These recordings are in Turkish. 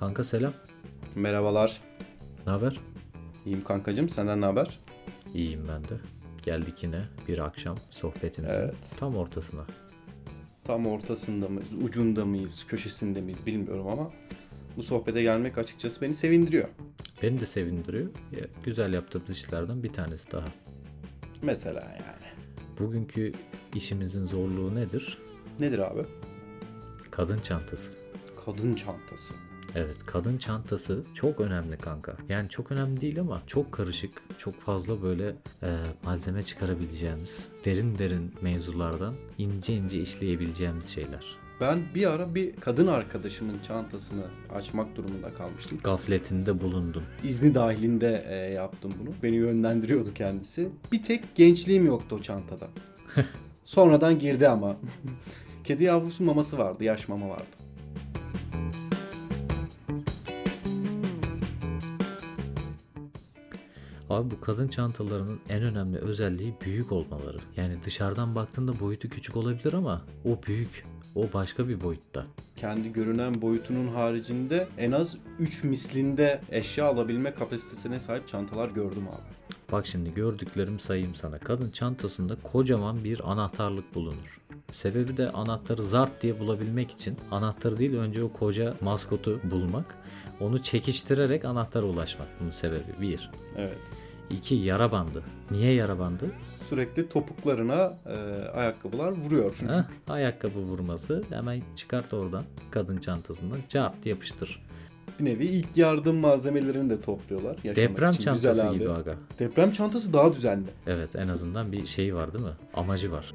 Kanka selam. Merhabalar. Ne haber? İyiyim kankacığım. Senden ne haber? İyiyim ben de. Geldik yine bir akşam sohbetimizin Evet. tam ortasına. Tam ortasında mıyız, ucunda mıyız, köşesinde miyiz bilmiyorum ama bu sohbete gelmek açıkçası beni sevindiriyor. Beni de sevindiriyor. Güzel yaptığımız işlerden bir tanesi daha. Mesela yani. Bugünkü işimizin zorluğu nedir? Nedir abi? Kadın çantası. Kadın çantası. Evet, kadın çantası çok önemli kanka. Yani çok önemli değil ama çok karışık, çok fazla böyle malzeme çıkarabileceğimiz, derin derin mevzulardan ince ince işleyebileceğimiz şeyler. Ben bir ara bir kadın arkadaşımın çantasını açmak durumunda kalmıştım. Gafletinde bulundun. İzni dahilinde yaptım bunu. Beni yönlendiriyordu kendisi. Bir tek gençliğim yoktu o çantada. Sonradan girdi ama. Kedi yavrusu maması vardı, yaş mama vardı. Abi bu kadın çantalarının en önemli özelliği büyük olmaları. Yani dışarıdan baktığında boyutu küçük olabilir ama o büyük. O başka bir boyutta. Kendi görünen boyutunun haricinde en az 3 mislinde eşya alabilme kapasitesine sahip çantalar gördüm abi. Bak şimdi gördüklerimi sayayım sana. Kadın çantasında kocaman bir anahtarlık bulunur. Sebebi de anahtarı zart diye bulabilmek için anahtarı değil önce o koca maskotu bulmak. Onu çekiştirerek anahtara ulaşmak bunun sebebi. 1. Evet. 2. Yara bandı. Niye yara bandı? Sürekli topuklarına ayakkabılar vuruyor. Ayakkabı vurması. Hemen çıkart oradan kadın çantasından cart yapıştır. Bir nevi ilk yardım malzemelerini de topluyorlar. Deprem için. çantası gibi aga. Deprem çantası daha düzenli. Evet, en azından bir şey var değil mi? Amacı var.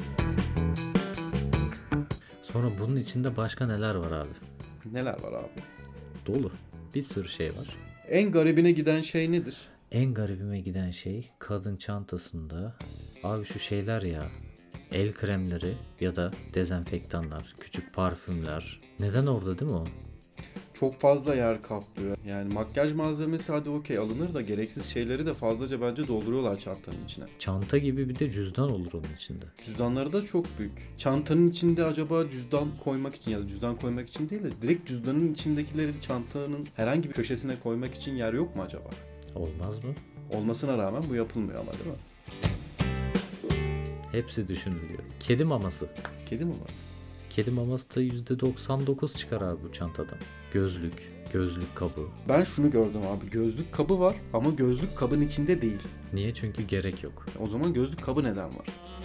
Sonra bunun içinde başka neler var abi? Neler var abi? Dolu. Bir sürü şey var. En garibine giden şey nedir? En garibime giden şey kadın çantasında abi şu şeyler ya, el kremleri ya da dezenfektanlar, küçük parfümler. Neden orada değil mi o? Çok fazla yer kaplıyor. Yani makyaj malzemesi hadi okey alınır da gereksiz şeyleri de fazlaca bence dolduruyorlar çantanın içine. Çanta gibi bir de cüzdan olur onun içinde. Cüzdanları da çok büyük. Çantanın içinde acaba cüzdan koymak için ya da cüzdan koymak için değil de direkt cüzdanın içindekileri çantanın herhangi bir köşesine koymak için yer yok mu acaba? Olmaz mı? Olmasına rağmen bu yapılmıyor ama değil mi? Hepsi düşünülüyor. Kedi maması. Kedi maması. Kedi maması da %99 çıkar abi bu çantadan. Gözlük kabı. Ben şunu gördüm abi. Gözlük kabı var ama gözlük kabın içinde değil. Niye? Çünkü gerek yok. O zaman gözlük kabı neden var?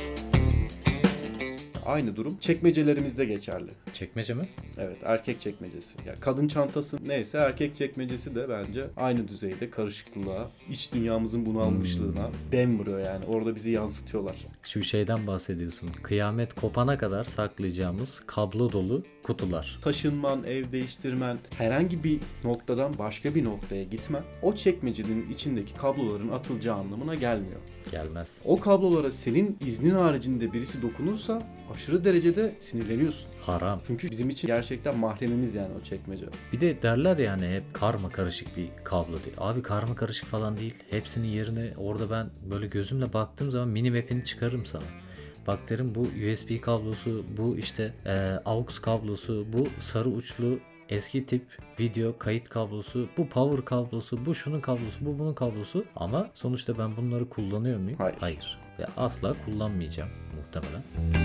Aynı durum çekmecelerimizde geçerli. Çekmece mi? Evet, erkek çekmecesi. Ya kadın çantası neyse erkek çekmecesi de bence aynı düzeyde karışıklığa, iç dünyamızın bunalmışlığına dem vuruyor yani. Orada bizi yansıtıyorlar. Şu şeyden bahsediyorsun. Kıyamet kopana kadar saklayacağımız kablo dolu kutular. Taşınman, ev değiştirmen, herhangi bir noktadan başka bir noktaya gitmen o çekmecenin içindeki kabloların atılacağı anlamına gelmiyor. Gelmez. O kablolara senin iznin haricinde birisi dokunursa aşırı derecede sinirleniyorsun. Haram. Çünkü bizim için gerçekten mahremimiz yani o çekmece. Bir de derler yani hep karma karışık bir kablo diye. Abi karma karışık falan değil. Hepsinin yerine orada ben böyle gözümle baktığım zaman mini map'ini çıkarırım sana. Bak derim bu USB kablosu, bu işte AUX kablosu, bu sarı uçlu eski tip video kayıt kablosu, bu power kablosu, bu şunun kablosu, bu bunun kablosu. Ama sonuçta ben bunları kullanıyor muyum? Hayır. Ve asla kullanmayacağım muhtemelen.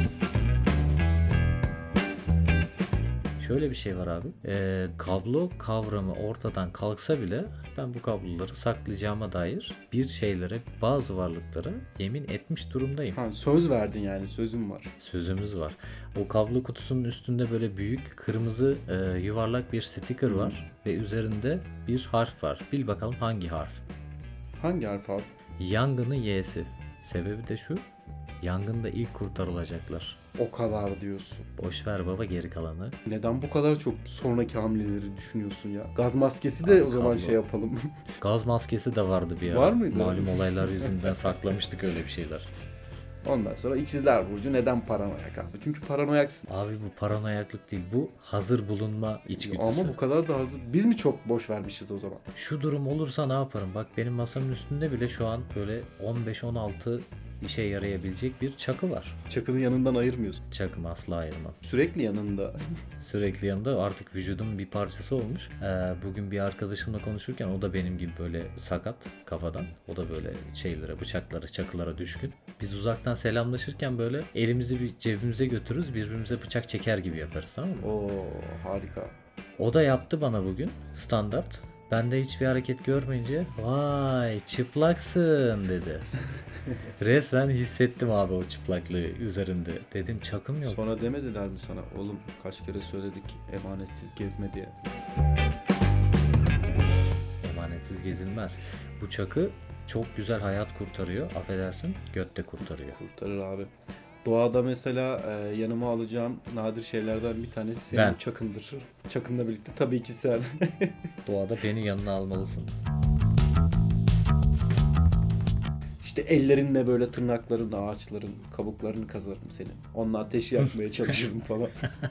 Şöyle bir şey var abi. Kablo kavramı ortadan kalksa bile ben bu kabloları saklayacağıma dair bir şeylere, bazı varlıklara yemin etmiş durumdayım. Söz verdin yani, sözüm var. Sözümüz var. O kablo kutusunun üstünde böyle büyük kırmızı yuvarlak bir sticker var ve üzerinde bir harf var. Bil bakalım hangi harf? Hangi harf abi? Yangının Y'si. Sebebi de şu. Yangında ilk kurtarılacaklar. O kadar diyorsun. Boş ver baba geri kalanı. Neden bu kadar çok sonraki hamleleri düşünüyorsun ya? Gaz maskesi de o zaman kablo. yapalım. Gaz maskesi de vardı bir ara. Var mıydı? Malum olaylar yüzünden saklamıştık öyle bir şeyler. Ondan sonra İkizler Burcu neden paranoyak abi? Çünkü paranoyaksın. Abi bu paranoyaklık değil. Bu hazır bulunma içgüdüsü. Ama bu kadar da hazır. Biz mi çok boş vermişiz o zaman? Şu durum olursa ne yaparım? Bak benim masamın üstünde bile şu an böyle 15-16 işe yarayabilecek bir çakı var. Çakını yanından ayırmıyorsun. Çakımı asla ayırmam. Sürekli yanında. Sürekli yanında, artık vücudumun bir parçası olmuş. Bugün bir arkadaşımla konuşurken o da benim gibi böyle sakat kafadan. O da böyle şeylere, bıçaklara, çakılara düşkün. Biz uzaktan selamlaşırken böyle elimizi bir cebimize götürürüz. Birbirimize bıçak çeker gibi yaparız, tamam mı? Oo, harika. O da yaptı bana bugün standart. Ben de hiçbir hareket görmeyince vay çıplaksın dedi. Resmen hissettim abi o çıplaklığı üzerimde. Dedim çakım yok. Sonra demediler mi sana oğlum kaç kere söyledik emanetsiz gezme diye. Emanetsiz gezilmez. Bu çakı çok güzel hayat kurtarıyor. Affedersin, göt de kurtarıyor. Kurtarır abi. Doğada mesela yanıma alacağım nadir şeylerden bir tanesi senin Ben. çakındır. Çakınla birlikte tabii ki sen. Doğada beni yanına almalısın. İşte ellerinle böyle tırnakların, ağaçların, kabuklarını kazarım senin. Onunla ateş yakmaya çalışırım falan.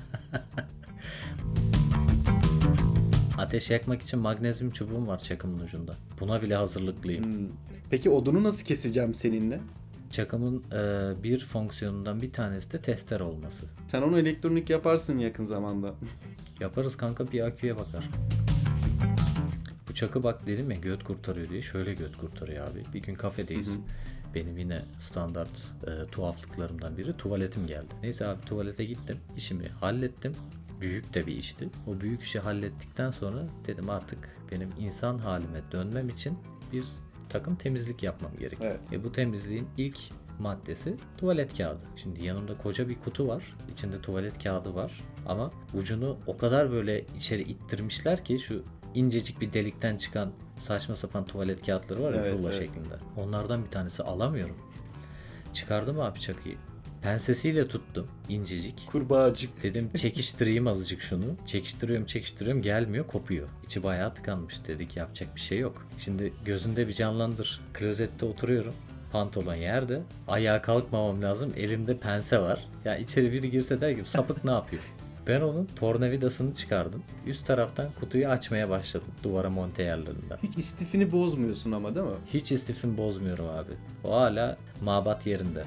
Ateş yakmak için magnezyum çubuğum var çakımın ucunda. Buna bile hazırlıklıyım. Peki odunu nasıl keseceğim seninle? Çakımın bir fonksiyonundan bir tanesi de testere olması. Sen onu elektronik yaparsın yakın zamanda. Yaparız kanka, bir aküye bakar. Bu çakı bak dedim ya göt kurtarıyor diye, şöyle göt kurtarıyor abi. Bir gün kafedeyiz. Benim yine standart tuhaflıklarımdan biri tuvaletim geldi. Neyse abi tuvalete gittim. İşimi hallettim. Büyük de bir işti. O büyük işi hallettikten sonra dedim artık benim insan halime dönmem için bir takım temizlik yapmam gerekiyor. Evet. Bu temizliğin ilk maddesi tuvalet kağıdı. Şimdi yanımda koca bir kutu var. İçinde tuvalet kağıdı var. Ama ucunu o kadar böyle içeri ittirmişler ki şu incecik bir delikten çıkan saçma sapan tuvalet kağıtları var ya, Evet, rulo evet. şeklinde. Onlardan bir tanesi alamıyorum. Çıkardım abi çakıyı. Pensesiyle tuttum incecik. Kurbağacık. Dedim çekiştireyim azıcık şunu. Çekiştiriyorum gelmiyor, kopuyor. İçi bayağı tıkanmış, dedik yapacak bir şey yok. Şimdi gözünde bir canlandır. Klozette oturuyorum. Pantolon yerde. Ayağa kalkmamam lazım. Elimde pense var. Ya içeri biri girse der ki sapık ne yapıyor? Ben onun tornavidasını çıkardım. Üst taraftan kutuyu açmaya başladım. Duvara monte yerlerinden. Hiç istifini bozmuyorsun ama değil mi? Hiç istifimi bozmuyorum abi. O hala mabat yerinde.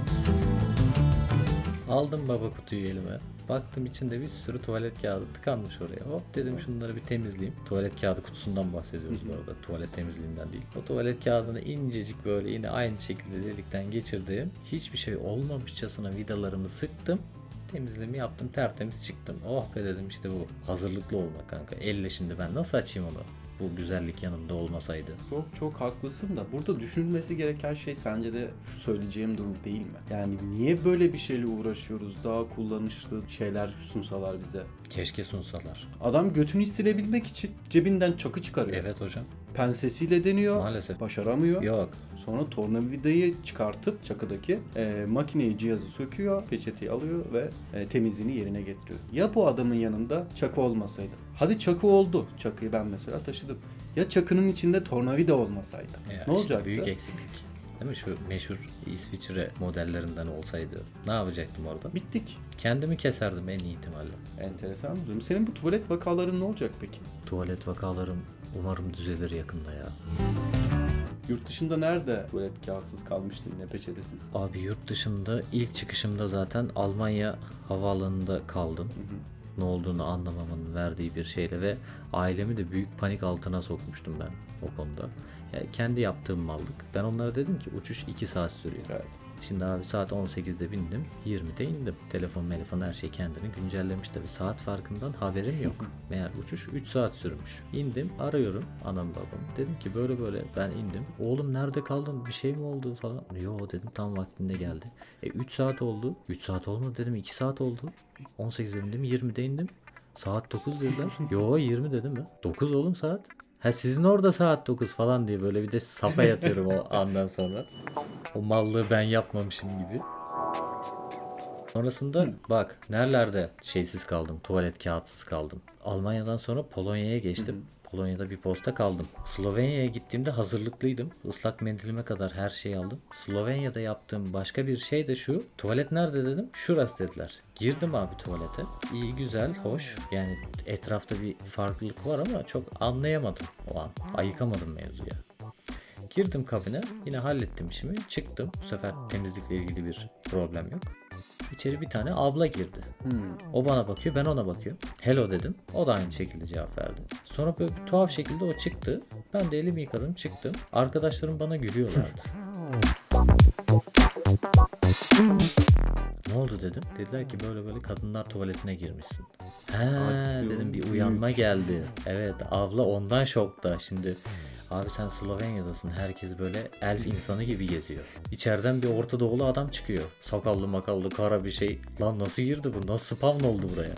Aldım baba kutuyu elime. Baktım içinde bir sürü tuvalet kağıdı tıkanmış oraya. Hop dedim şunları bir temizleyeyim. Tuvalet kağıdı kutusundan bahsediyoruz bu arada. Tuvalet temizliğinden değil. O tuvalet kağıdını incecik böyle yine aynı şekilde delikten geçirdim. Hiçbir şey olmamışçasına vidalarımı sıktım. Temizliğimi yaptım, tertemiz çıktım. Oh be dedim, işte bu. Hazırlıklı olmak kanka. Elle şimdi ben nasıl açayım onu? Bu güzellik yanımda olmasaydı. Çok çok haklısın da burada düşünülmesi gereken şey sence de şu söyleyeceğim durum değil mi? Yani niye böyle bir şeyle uğraşıyoruz? Daha kullanışlı şeyler sunsalar bize. Keşke sunsalar. Adam götünü silebilmek için cebinden çakı çıkarıyor. Evet hocam. Pensesiyle deniyor. Maalesef. Başaramıyor. Yok. Sonra tornavidayı çıkartıp çakıdaki makineyi, cihazı söküyor, peçeteyi alıyor ve temizliğini yerine getiriyor. Ya bu adamın yanında çakı olmasaydı? Hadi çakı oldu. Çakıyı ben mesela taşıdım. Ya çakının içinde tornavida olmasaydı? Ya Ne işte olacaktı? büyük eksiklik. Değil mi? Şu meşhur İsviçre modellerinden olsaydı ne yapacaktım orada? Bittik. Kendimi keserdim en iyi ihtimalle. Enteresan bir durum. Senin bu tuvalet vakaların ne olacak peki? Tuvalet vakalarım umarım düzelir yakında ya. Yurt dışında nerede tuvalet kağıtsız kalmıştın yine peçetesiz? Abi yurt dışında ilk çıkışımda zaten Almanya havaalanında kaldım. Ne olduğunu anlamamın verdiği bir şeyle ve ailemi de büyük panik altına sokmuştum ben o konuda. Yani kendi yaptığım mallık. Ben onlara dedim ki uçuş 2 saat sürüyor. Evet. Şimdi abi saat 18'de bindim, 20'de indim. Telefon her şey kendini güncellemiş tabii. Saat farkından haberim yok. Meğer uçuş 3 saat sürmüş. İndim, arıyorum anam babam. Dedim ki böyle ben indim. Oğlum nerede kaldın? Bir şey mi oldu falan. Yo dedim, tam vaktinde geldi. 3 saat oldu. 3 saat olmadı dedim, 2 saat oldu. 18'de bindim, 20'de indim. Saat 9 dediler. Yo 20 dedim ya. 9 oğlum saat. Ha sizin orada saat 9 falan diye böyle bir de safa yatıyorum o andan sonra. O mallığı ben yapmamışım gibi. Sonrasında bak nerelerde şeysiz kaldım, tuvalet kağıtsız kaldım. Almanya'dan sonra Polonya'ya geçtim. Polonya'da bir posta kaldım. Slovenya'ya gittiğimde hazırlıklıydım. Islak mendilime kadar her şeyi aldım. Slovenya'da yaptığım başka bir şey de şu. Tuvalet nerede dedim. Şurası dediler. Girdim abi tuvalete. İyi, güzel, hoş. Yani etrafta bir farklılık var ama çok anlayamadım o an. Ayıkamadım mevzuya. Girdim kabine, yine hallettim işimi, çıktım. Bu sefer temizlikle ilgili bir problem yok. İçeri bir tane abla girdi. O bana bakıyor, ben ona bakıyorum. Hello dedim. O da aynı şekilde cevap verdi. Sonra böyle bir tuhaf şekilde o çıktı. Ben de elimi yıkadım, çıktım. Arkadaşlarım bana gülüyorlardı. Ne oldu dedim. Dediler ki böyle böyle kadınlar tuvaletine girmişsin. He dedim, bir uyanma geldi. Evet, abla ondan şokta. Şimdi abi sen Slovenya'dasın. Herkes böyle elf insanı gibi geziyor. İçeriden bir Orta Doğulu adam çıkıyor. Sakallı makallı kara bir şey. Lan nasıl girdi bu? Nasıl spawn oldu buraya?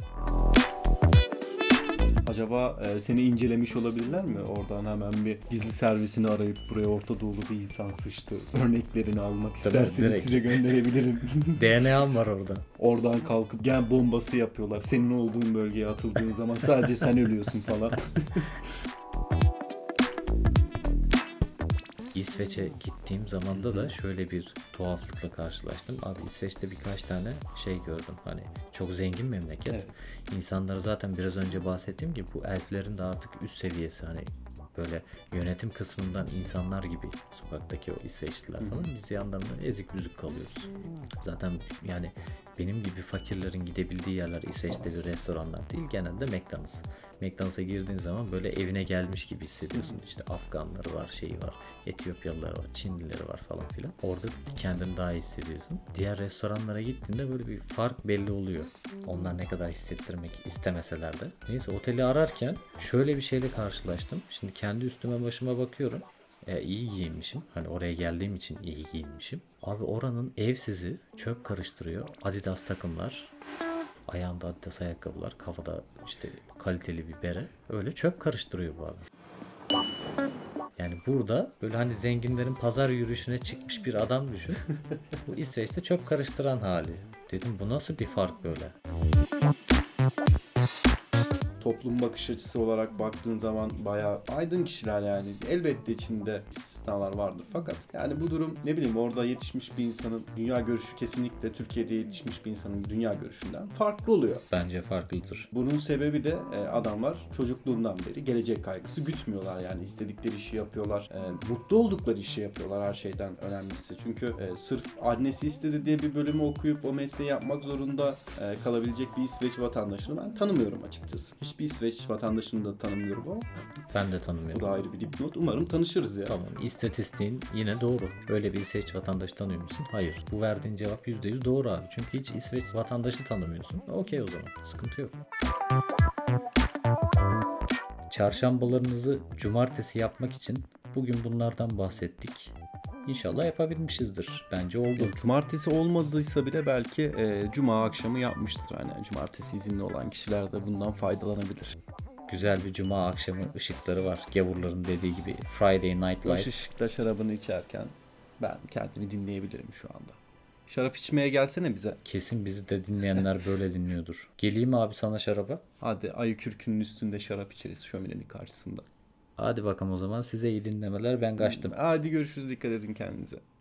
Acaba seni incelemiş olabilirler mi? Oradan hemen bir gizli servisini arayıp buraya Orta Doğulu bir insan sıçtı. Örneklerini almak isterseniz direkt. size gönderebilirim. DNA'm var orada. Oradan kalkıp gen bombası yapıyorlar. Senin olduğun bölgeye atıldığın zaman sadece sen ölüyorsun falan. İsveç'e gittiğim zamanda da şöyle bir tuhaflıkla karşılaştım. Abi İsveç'te birkaç tane şey gördüm. Hani çok zengin memleket. Evet. İnsanları zaten biraz önce bahsettiğim gibi bu elflerin de artık üst seviyesi, hani böyle yönetim kısmından insanlar gibi sokaktaki o İsveçliler falan. Biz yanlarında ezik büzük kalıyoruz. Zaten yani benim gibi fakirlerin gidebildiği yerler İsveç'te bir restoranlar değil, genelde McDonald's. McDonald's'a girdiğin zaman böyle evine gelmiş gibi hissediyorsun. İşte Afganları var, şeyi var, Etiyopyalıları var, Çinlileri var falan filan. Orada kendini daha iyi hissediyorsun. Diğer restoranlara gittiğinde böyle bir fark belli oluyor. Onlar ne kadar hissettirmek istemeseler de. Neyse, oteli ararken şöyle bir şeyle karşılaştım. Şimdi kendi üstüme başıma bakıyorum. İyi giyinmişim. Hani oraya geldiğim için iyi giyinmişim. Abi oranın evsizi çöp karıştırıyor. Adidas takımlar. Ayağında Adidas ayakkabılar. Kafada işte kaliteli bir bere. Öyle çöp karıştırıyor bu adam. Yani burada böyle hani zenginlerin pazar yürüyüşüne çıkmış bir adam düşün. Bu İsveç'te çöp karıştıran hali. Dedim bu nasıl bir fark böyle? Toplum bakış açısı olarak baktığın zaman bayağı aydın kişiler yani. Elbette içinde istisnalar vardır. Fakat yani bu durum, ne bileyim, orada yetişmiş bir insanın dünya görüşü kesinlikle Türkiye'de yetişmiş bir insanın dünya görüşünden farklı oluyor. Bence farklıdır. Bunun sebebi de adamlar çocukluğundan beri gelecek kaygısı gütmüyorlar. Yani istedikleri işi yapıyorlar. Mutlu oldukları işi yapıyorlar, her şeyden önemlisi. Çünkü sırf annesi istedi diye bir bölümü okuyup o mesleği yapmak zorunda kalabilecek bir İsveç vatandaşını ben tanımıyorum açıkçası. Hiçbir İsveç vatandaşını da tanımıyorum ama Ben de bu tanımıyorum. da ayrı bir dipnot. Umarım tanışırız ya. Tamam, istatistiğin yine doğru. Öyle bir İsveç vatandaşı tanıyor musun? Hayır. Bu verdiğin cevap %100 doğru abi. Çünkü hiç İsveç vatandaşı tanımıyorsun. Okey, o zaman. Sıkıntı yok. Çarşambalarınızı cumartesi yapmak için bugün bunlardan bahsettik. İnşallah yapabilmişizdir. Bence oldu. Cumartesi olmadıysa bile belki cuma akşamı yapmıştır. Yani cumartesi izinli olan kişiler de bundan faydalanabilir. Güzel bir cuma akşamı ışıkları var. Gavurların dediği gibi Friday Night Boş Light. ışıkta şarabını içerken ben kendimi dinleyebilirim şu anda. Şarap içmeye gelsene bize. Kesin bizi de dinleyenler böyle dinliyordur. Geleyim abi sana şaraba. Hadi ayı kürkünün üstünde şarap içeriz şöminenin karşısında. Hadi bakalım o zaman, size iyi dinlemeler, ben kaçtım. Hadi görüşürüz, dikkat edin kendinize.